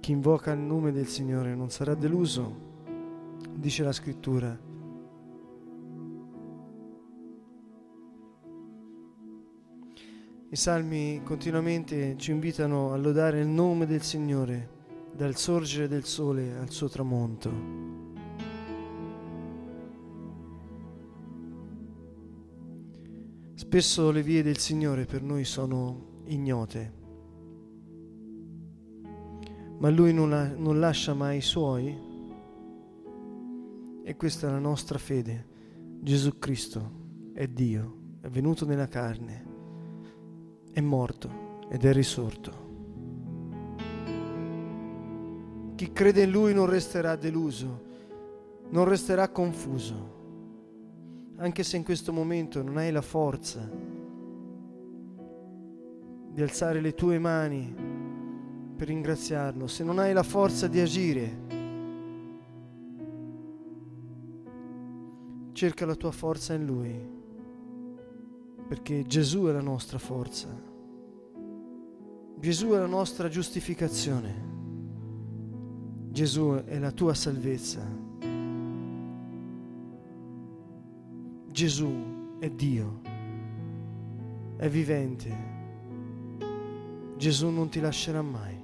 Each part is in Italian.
Chi invoca il nome del Signore non sarà deluso, dice la Scrittura. I salmi continuamente ci invitano a lodare il nome del Signore, dal sorgere del sole al suo tramonto. Spesso le vie del Signore per noi sono ignote, ma Lui non lascia mai i Suoi, e questa è la nostra fede. Gesù Cristo è Dio, è venuto nella carne, è morto ed è risorto. Chi crede in Lui non resterà deluso, non resterà confuso, anche se in questo momento non hai la forza di alzare le tue mani per ringraziarlo, se non hai la forza di agire, cerca la tua forza in Lui, perché Gesù è la nostra forza, Gesù è la nostra giustificazione, Gesù è la tua salvezza, Gesù è Dio, è vivente, Gesù non ti lascerà mai.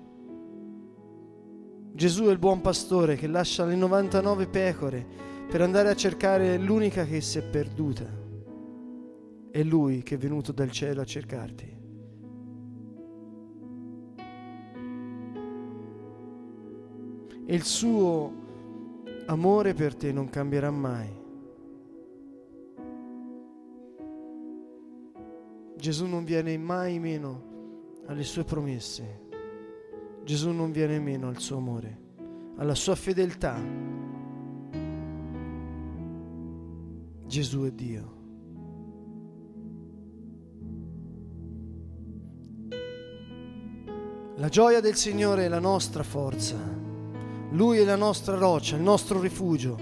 Gesù è il buon pastore che lascia le 99 pecore per andare a cercare l'unica che si è perduta. È Lui che è venuto dal cielo a cercarti. E il suo amore per te non cambierà mai. Gesù non viene mai meno alle sue promesse. Gesù non viene meno al suo amore, alla sua fedeltà. Gesù è Dio. La gioia del Signore è la nostra forza. Lui è la nostra roccia, il nostro rifugio.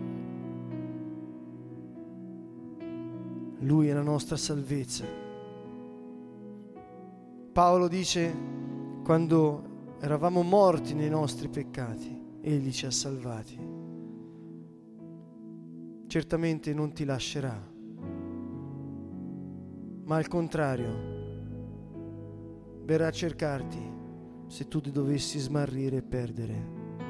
Lui è la nostra salvezza. Paolo dice: quando eravamo morti nei nostri peccati, Egli ci ha salvati. Certamente non ti lascerà, ma al contrario verrà a cercarti se tu ti dovessi smarrire e perdere.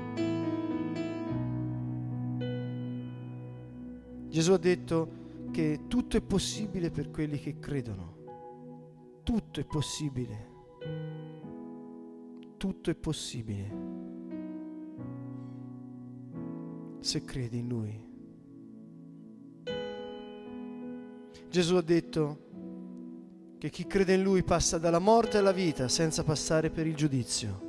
Gesù ha detto che tutto è possibile per quelli che credono. Tutto è possibile. Tutto è possibile se credi in Lui. Gesù ha detto che chi crede in Lui passa dalla morte alla vita senza passare per il giudizio.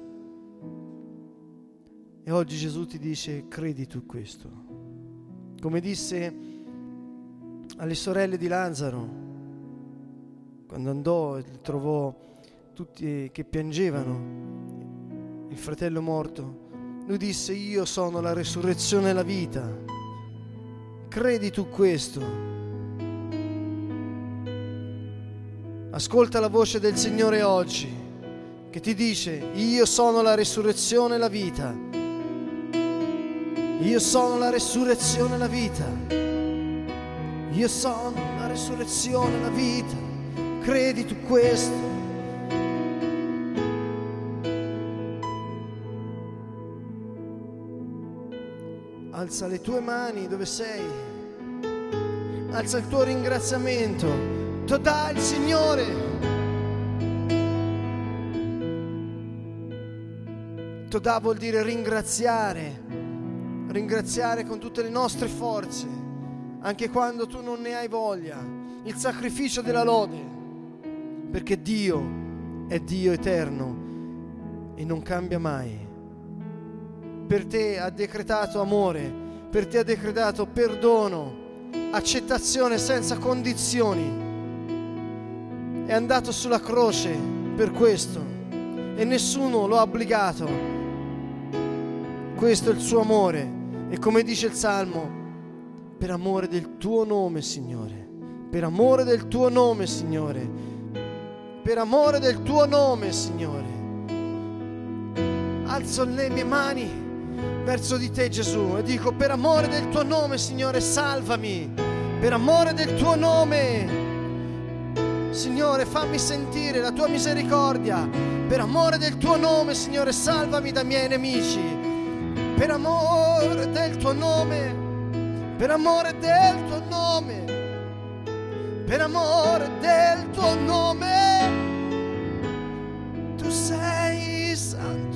E oggi Gesù ti dice: credi tu questo. Come disse alle sorelle di Lazzaro, quando andò e trovò tutti che piangevano il fratello morto, lui disse: io sono la resurrezione e la vita. Credi tu questo? Ascolta la voce del Signore oggi che ti dice: io sono la resurrezione e la vita. Io sono la resurrezione e la vita. Io sono la resurrezione e la vita. Credi tu questo? Alza le tue mani dove sei. Alza il tuo ringraziamento. Todà il Signore. Todà vuol dire ringraziare. Ringraziare con tutte le nostre forze, anche quando tu non ne hai voglia. Il sacrificio della lode, perché Dio è Dio eterno e non cambia mai. Per te ha decretato amore, per te ha decretato perdono, accettazione senza condizioni. È andato sulla croce per questo e nessuno lo ha obbligato. Questo è il suo amore, e come dice il Salmo: per amore del tuo nome, Signore, per amore del tuo nome, Signore, per amore del tuo nome, Signore. alzo le mie mani verso di te, Gesù, e dico: per amore del tuo nome, Signore, salvami. Per amore del tuo nome, Signore, fammi sentire la tua misericordia. Per amore del tuo nome, Signore, salvami dai miei nemici. Per amore del tuo nome, per amore del tuo nome, per amore del tuo nome, tu sei santo.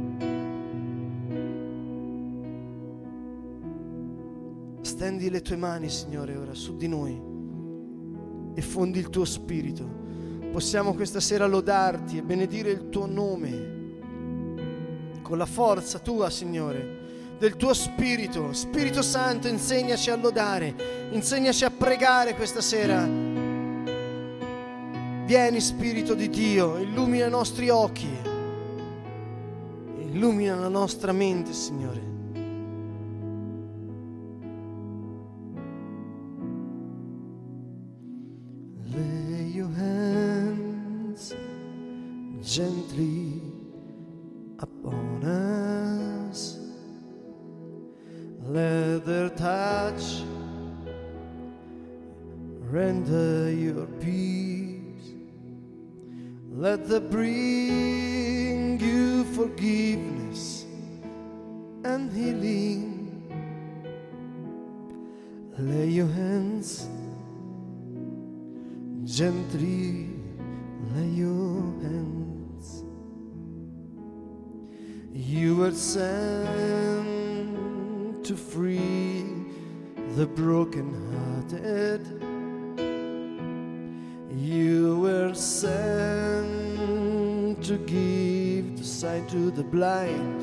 Stendi le tue mani, Signore, ora su di noi e fondi il tuo spirito. Possiamo questa sera lodarti e benedire il tuo nome con la forza tua, Signore, del tuo spirito. Spirito Santo, insegnaci a lodare, insegnaci a pregare questa sera. Vieni, Spirito di Dio, illumina i nostri occhi, illumina la nostra mente, Signore. Lay your hands gently upon us. Let their touch render your peace. Let them bring you forgiveness and healing. Lay your hands gently, lay your hands. You were sent to free the brokenhearted. You were sent to give the sight to the blind.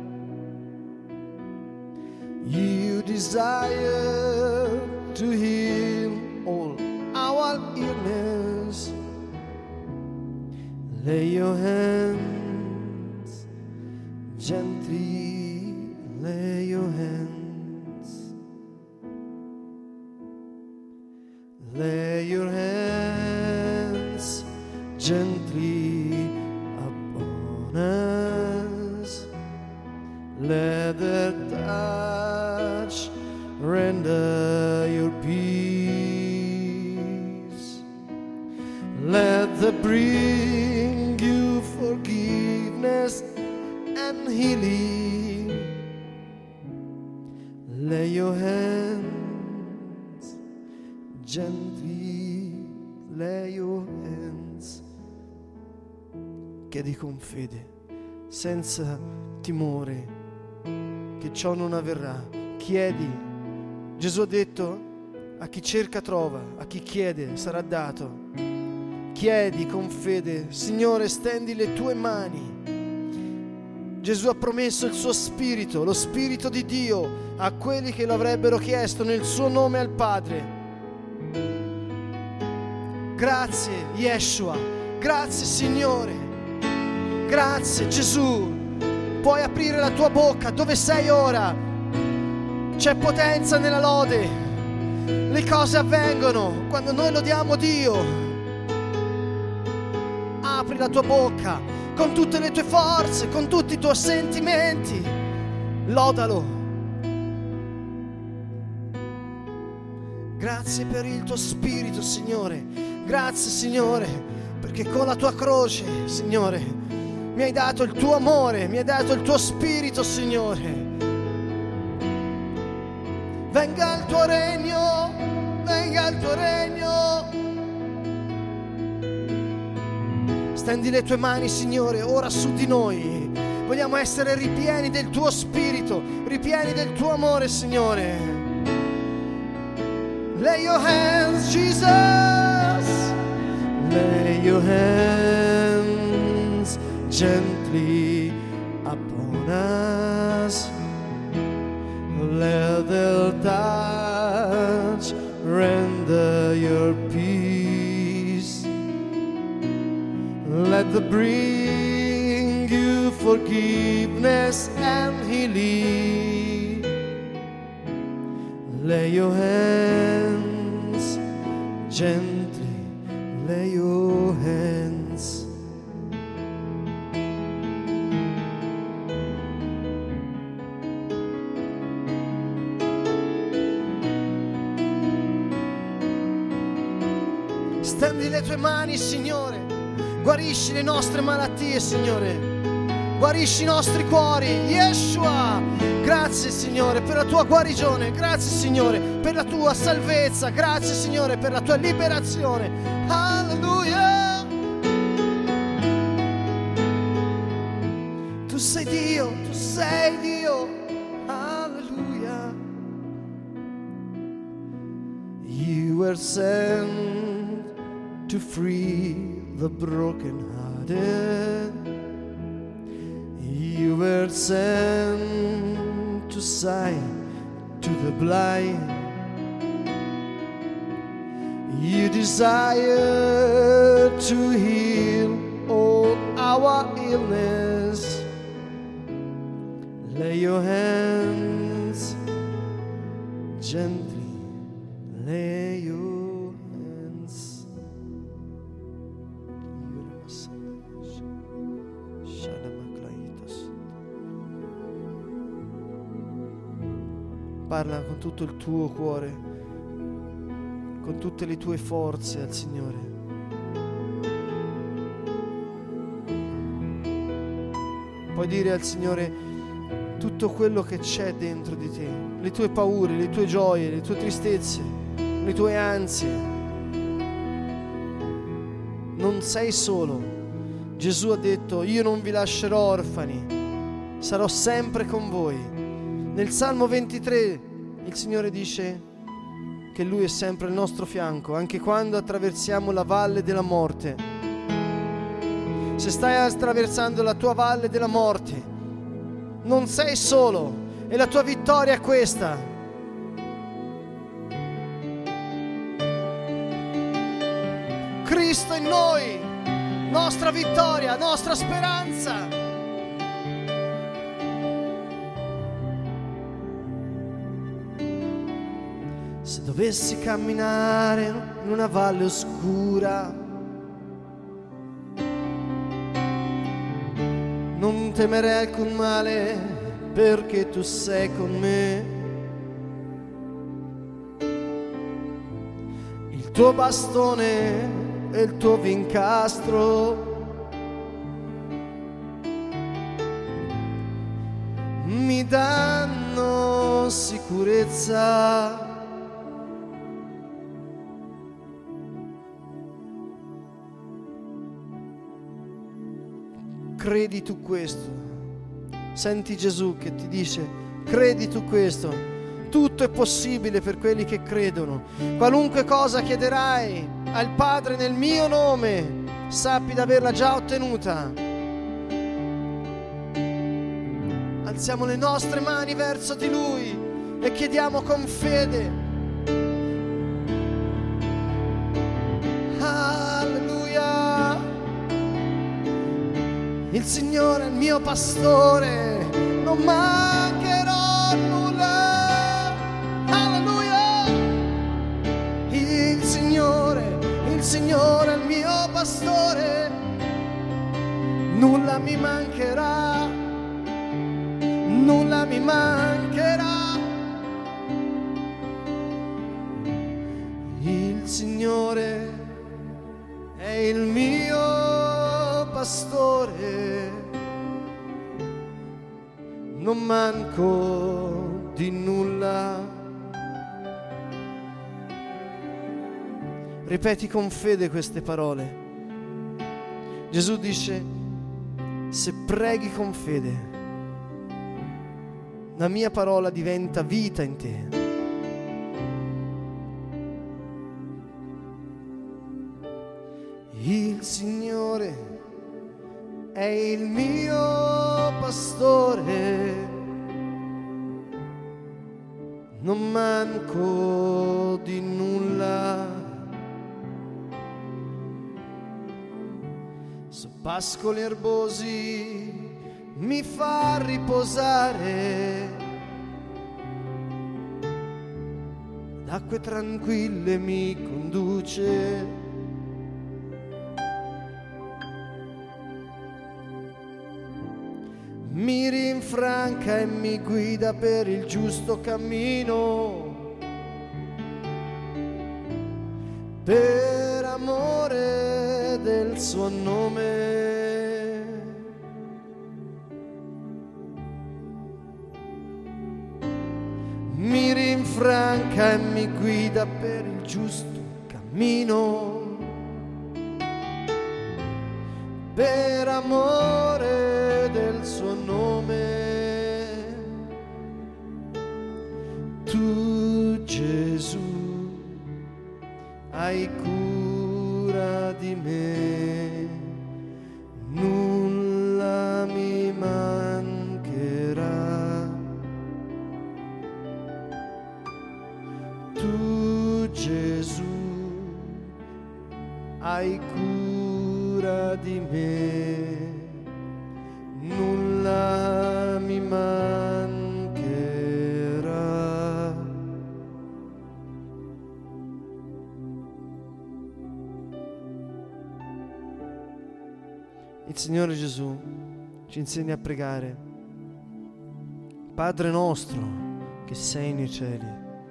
You desire to heal all our illness. Lay your hands gently, lay your hands. Lay your hands gently upon us. Let the touch render your peace. Let them bring you forgiveness and healing. Lay your hands gently, lay your hands. Chiedi con fede, senza timore, che ciò non avverrà. Chiedi. Gesù ha detto: a chi cerca trova, a chi chiede sarà dato. Chiedi con fede. Signore, stendi le tue mani. Gesù ha promesso il suo spirito, lo spirito di Dio, a quelli che lo avrebbero chiesto nel suo nome al Padre. Grazie Yeshua, grazie Signore, grazie Gesù. Puoi aprire la tua bocca dove sei ora. C'è potenza nella lode. Le cose avvengono quando noi lodiamo Dio. Apri la tua bocca con tutte le tue forze, con tutti i tuoi sentimenti. Lodalo. Grazie per il tuo spirito, Signore. Grazie, Signore, perché con la tua croce, Signore, mi hai dato il tuo amore, mi hai dato il tuo spirito, Signore. Venga il tuo regno, venga il tuo regno. Stendi le tue mani, Signore, ora su di noi. Vogliamo essere ripieni del tuo spirito, ripieni del tuo amore, Signore. Lay your hands, Jesus. Lay your hands gently upon us. Let the touch render your peace. Let them bring you forgiveness and healing. Lay your hands gently, lay your hands. Stendi le tue mani, Signore. Guarisci le nostre malattie, Signore. Guarisci i nostri cuori, Yeshua. Grazie, Signore, per la tua guarigione. Grazie, Signore, per la tua salvezza. Grazie, Signore, per la tua liberazione. Alleluia. Tu sei Dio, tu sei Dio. Alleluia. You were sent to free the brokenhearted. You were sent to sign to the blind. You desire to heal all our illness. Lay your hands gently, lay your hands. Parla con tutto il tuo cuore, con tutte le tue forze al Signore. Puoi dire al Signore tutto quello che c'è dentro di te, le tue paure, le tue gioie, le tue tristezze, le tue ansie. Non sei solo. Gesù ha detto: io non vi lascerò orfani, sarò sempre con voi. Nel Salmo 23 il Signore dice che Lui è sempre al nostro fianco, anche quando attraversiamo la valle della morte. Se stai attraversando la tua valle della morte, non sei solo e la tua vittoria è questa. Cristo in noi, nostra vittoria, nostra speranza. Se dovessi camminare in una valle oscura, non temerei alcun male, perché tu sei con me. Il tuo bastone e il tuo vincastro mi danno sicurezza. Credi tu questo? Senti Gesù che ti dice: credi tu questo? Tutto è possibile per quelli che credono. Qualunque cosa chiederai al Padre nel mio nome, sappi di averla già ottenuta. Alziamo le nostre mani verso di Lui e chiediamo con fede. Il Signore è il mio pastore, non mancherò nulla. Alleluia. Il Signore è il mio pastore, nulla mi mancherà, nulla mi mancherà. Il Signore è il mio pastore, non manco di nulla. Ripeti con fede queste parole. Gesù dice: se preghi con fede, la mia parola diventa vita in te. Il Signore è il mio pastore, non manco di nulla. Su pascoli erbosi mi fa riposare, ad acque tranquille mi conduce. Mi rinfranca e mi guida per il giusto cammino, per amore del suo nome. Mi rinfranca e mi guida per il giusto cammino, per amore del suo nome. Tu, Gesù, hai cura di me, nulla mi mancherà. Tu, Gesù, hai cura di me, nulla mi mancherà. Il Signore Gesù ci insegna a pregare: Padre nostro che sei nei cieli.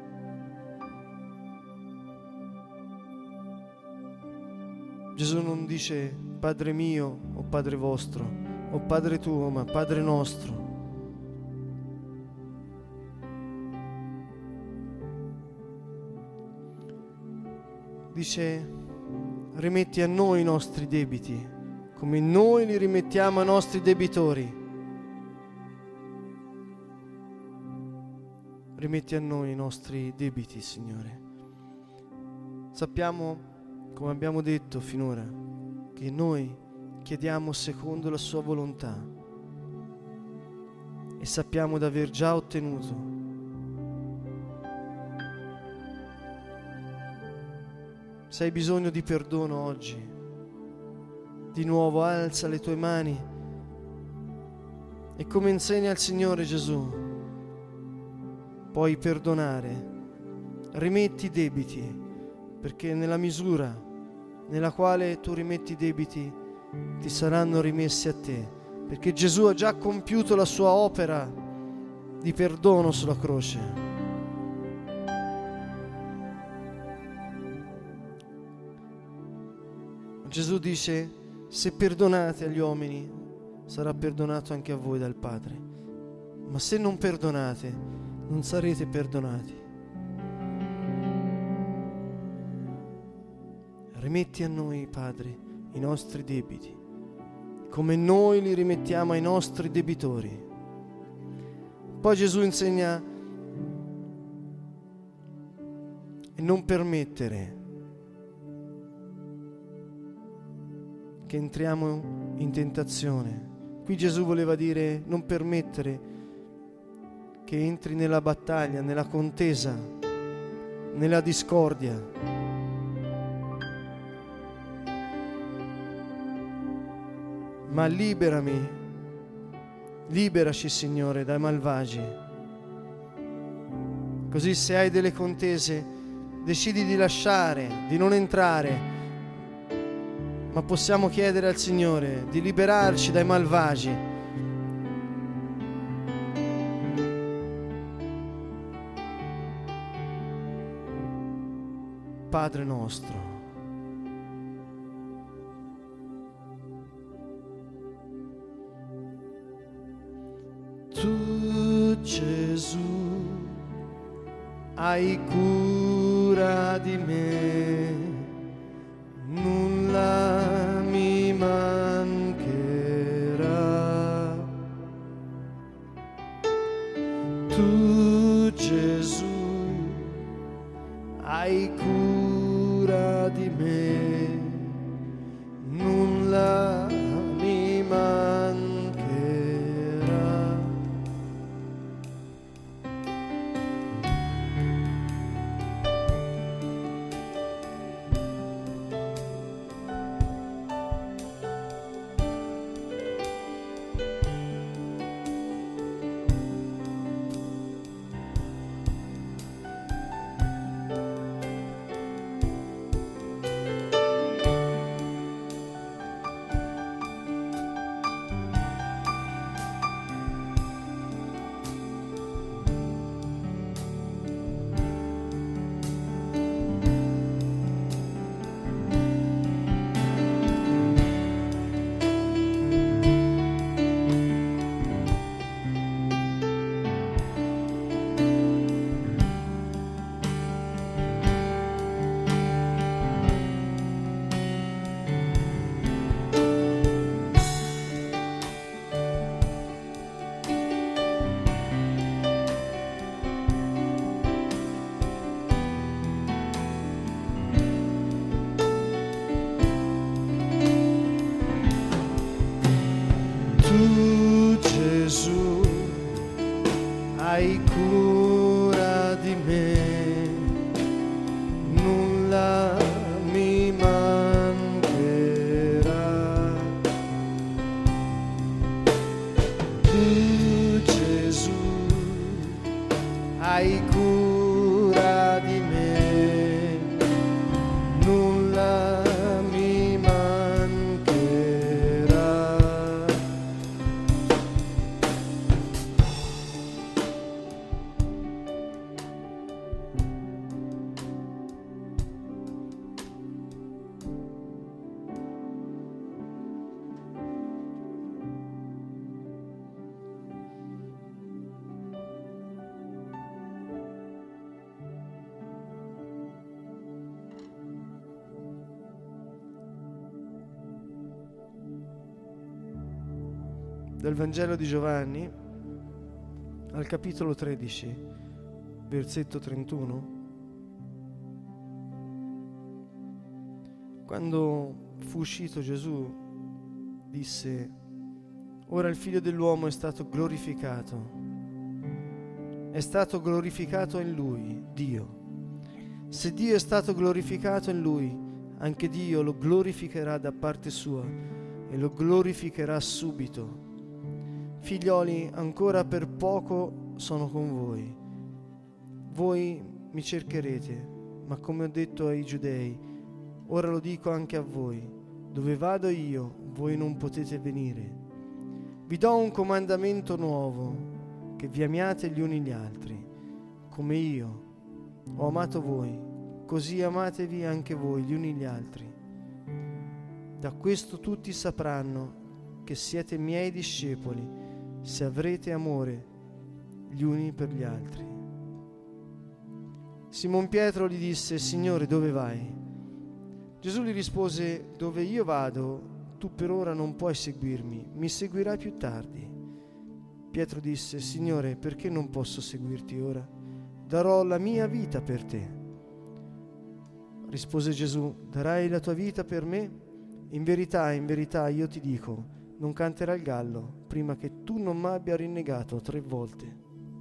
Gesù non dice Padre mio o Padre vostro o Padre tuo, ma Padre nostro. Dice: rimetti a noi i nostri debiti, come noi li rimettiamo ai nostri debitori. Rimetti a noi i nostri debiti, Signore. Sappiamo, come abbiamo detto finora, che noi chiediamo secondo la sua volontà e sappiamo di aver già ottenuto. Se hai bisogno di perdono oggi, di nuovo alza le tue mani e, come insegna il Signore Gesù, puoi perdonare. Rimetti i debiti, perché nella misura nella quale tu rimetti i debiti ti saranno rimessi a te, perché Gesù ha già compiuto la sua opera di perdono sulla croce. Gesù dice: se perdonate agli uomini, sarà perdonato anche a voi dal Padre. Ma se non perdonate, non sarete perdonati. Rimetti a noi, Padre, i nostri debiti, come noi li rimettiamo ai nostri debitori. Poi Gesù insegna: e non permettere che entriamo in tentazione. Qui Gesù voleva dire: non permettere che entri nella battaglia, nella contesa, nella discordia. Ma liberami, liberaci, Signore, dai malvagi. Così, se hai delle contese, decidi di lasciare, di non entrare, ma possiamo chiedere al Signore di liberarci dai malvagi. Padre nostro, tu, Gesù, hai cura di me, nulla mi mancherà. Tu, Gesù, hai cura di me, nulla mi mancherà. hai cura di me, nulla mi mancherà. Tu, Gesù, hai cura di me, nulla mi mancherà. Dal Vangelo di Giovanni al capitolo 13, versetto 31. Quando fu uscito Gesù, disse: ora il Figlio dell'uomo è stato glorificato in Lui, Dio. Se Dio è stato glorificato in Lui, anche Dio lo glorificherà da parte sua e lo glorificherà subito. Figlioli, ancora per poco sono con voi. Voi mi cercherete, ma come ho detto ai Giudei, ora lo dico anche a voi: dove vado io, voi non potete venire. Vi do un comandamento nuovo, che vi amiate gli uni gli altri. Come io ho amato voi, così amatevi anche voi gli uni gli altri. Da questo tutti sapranno che siete miei discepoli, se avrete amore gli uni per gli altri. Simon Pietro gli disse: Signore, dove vai? Gesù gli rispose: dove io vado, tu per ora non puoi seguirmi, mi seguirai più tardi. Pietro disse: Signore, perché non posso seguirti ora? Darò la mia vita per te. Rispose Gesù: darai la tua vita per me? In verità, io ti dico, non canterà il gallo prima che tu non m'abbia rinnegato 3 volte.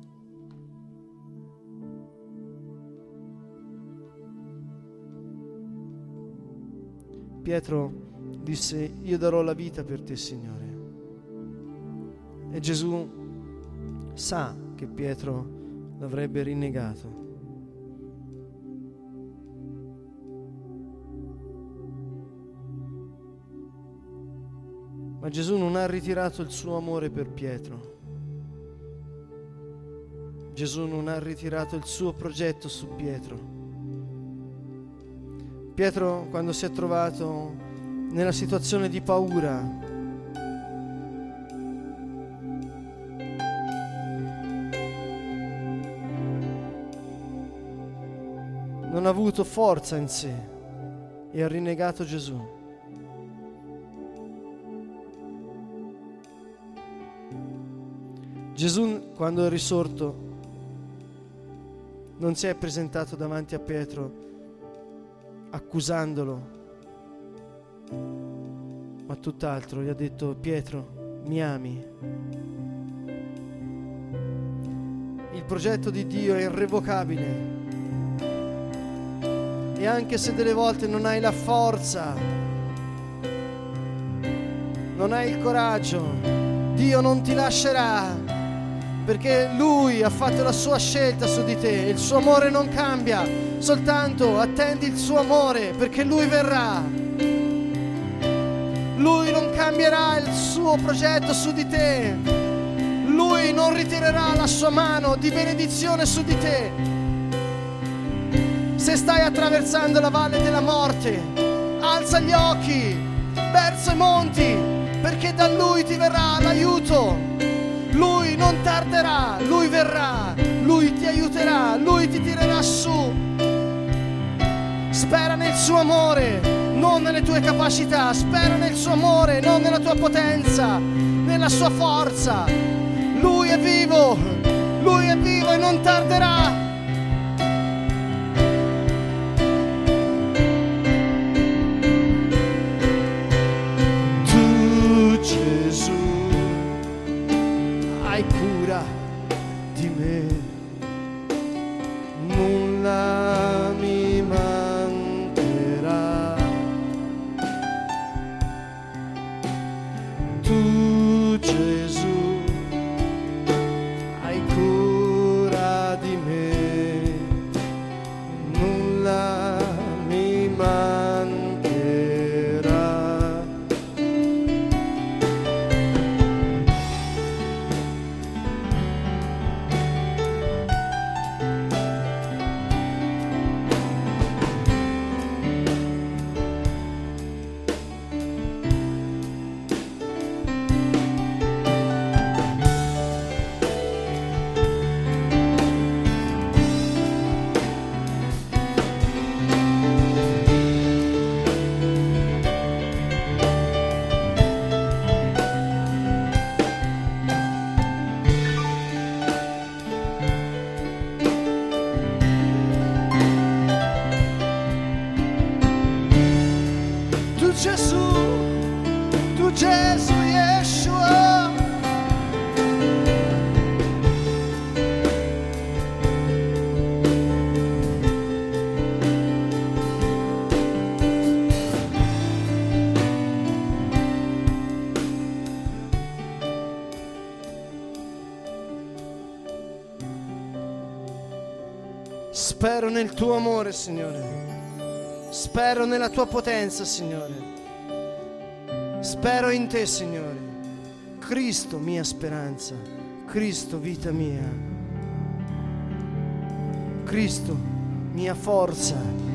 Pietro disse: io darò la vita per te, Signore. E Gesù sa che Pietro l'avrebbe rinnegato. Ma Gesù non ha ritirato il suo amore per Pietro. Gesù non ha ritirato il suo progetto su Pietro. Pietro, quando si è trovato nella situazione di paura, non ha avuto forza in sé e ha rinnegato Gesù. Gesù, quando è risorto, non si è presentato davanti a Pietro accusandolo, ma tutt'altro. Gli ha detto: Pietro, mi ami? Il progetto di Dio è irrevocabile, e anche se delle volte non hai la forza, non hai il coraggio, Dio non ti lascerà, perché Lui ha fatto la sua scelta su di te. Il suo amore non cambia, soltanto attendi il suo amore, perché Lui verrà. Lui non cambierà il suo progetto su di te. Lui non ritirerà la sua mano di benedizione su di te. Se stai attraversando la valle della morte, alza gli occhi verso i monti, perché da Lui ti verrà l'aiuto. Lui non tarderà, Lui verrà, Lui ti aiuterà, Lui ti tirerà su. Spera nel suo amore, non nelle tue capacità. Spera nel suo amore, non nella tua potenza, nella sua forza. Lui è vivo e non tarderà. Tu, Gesù, hai cura di me, nulla mi mancherà. Tu, Gesù, hai cura di me, nulla mi mancherà. Tu Gesù Yeshua, spero nel tuo amore, Signore, spero nella tua potenza, Signore. Spero in te, Signore. Cristo, mia speranza. Cristo, vita mia. Cristo, mia forza.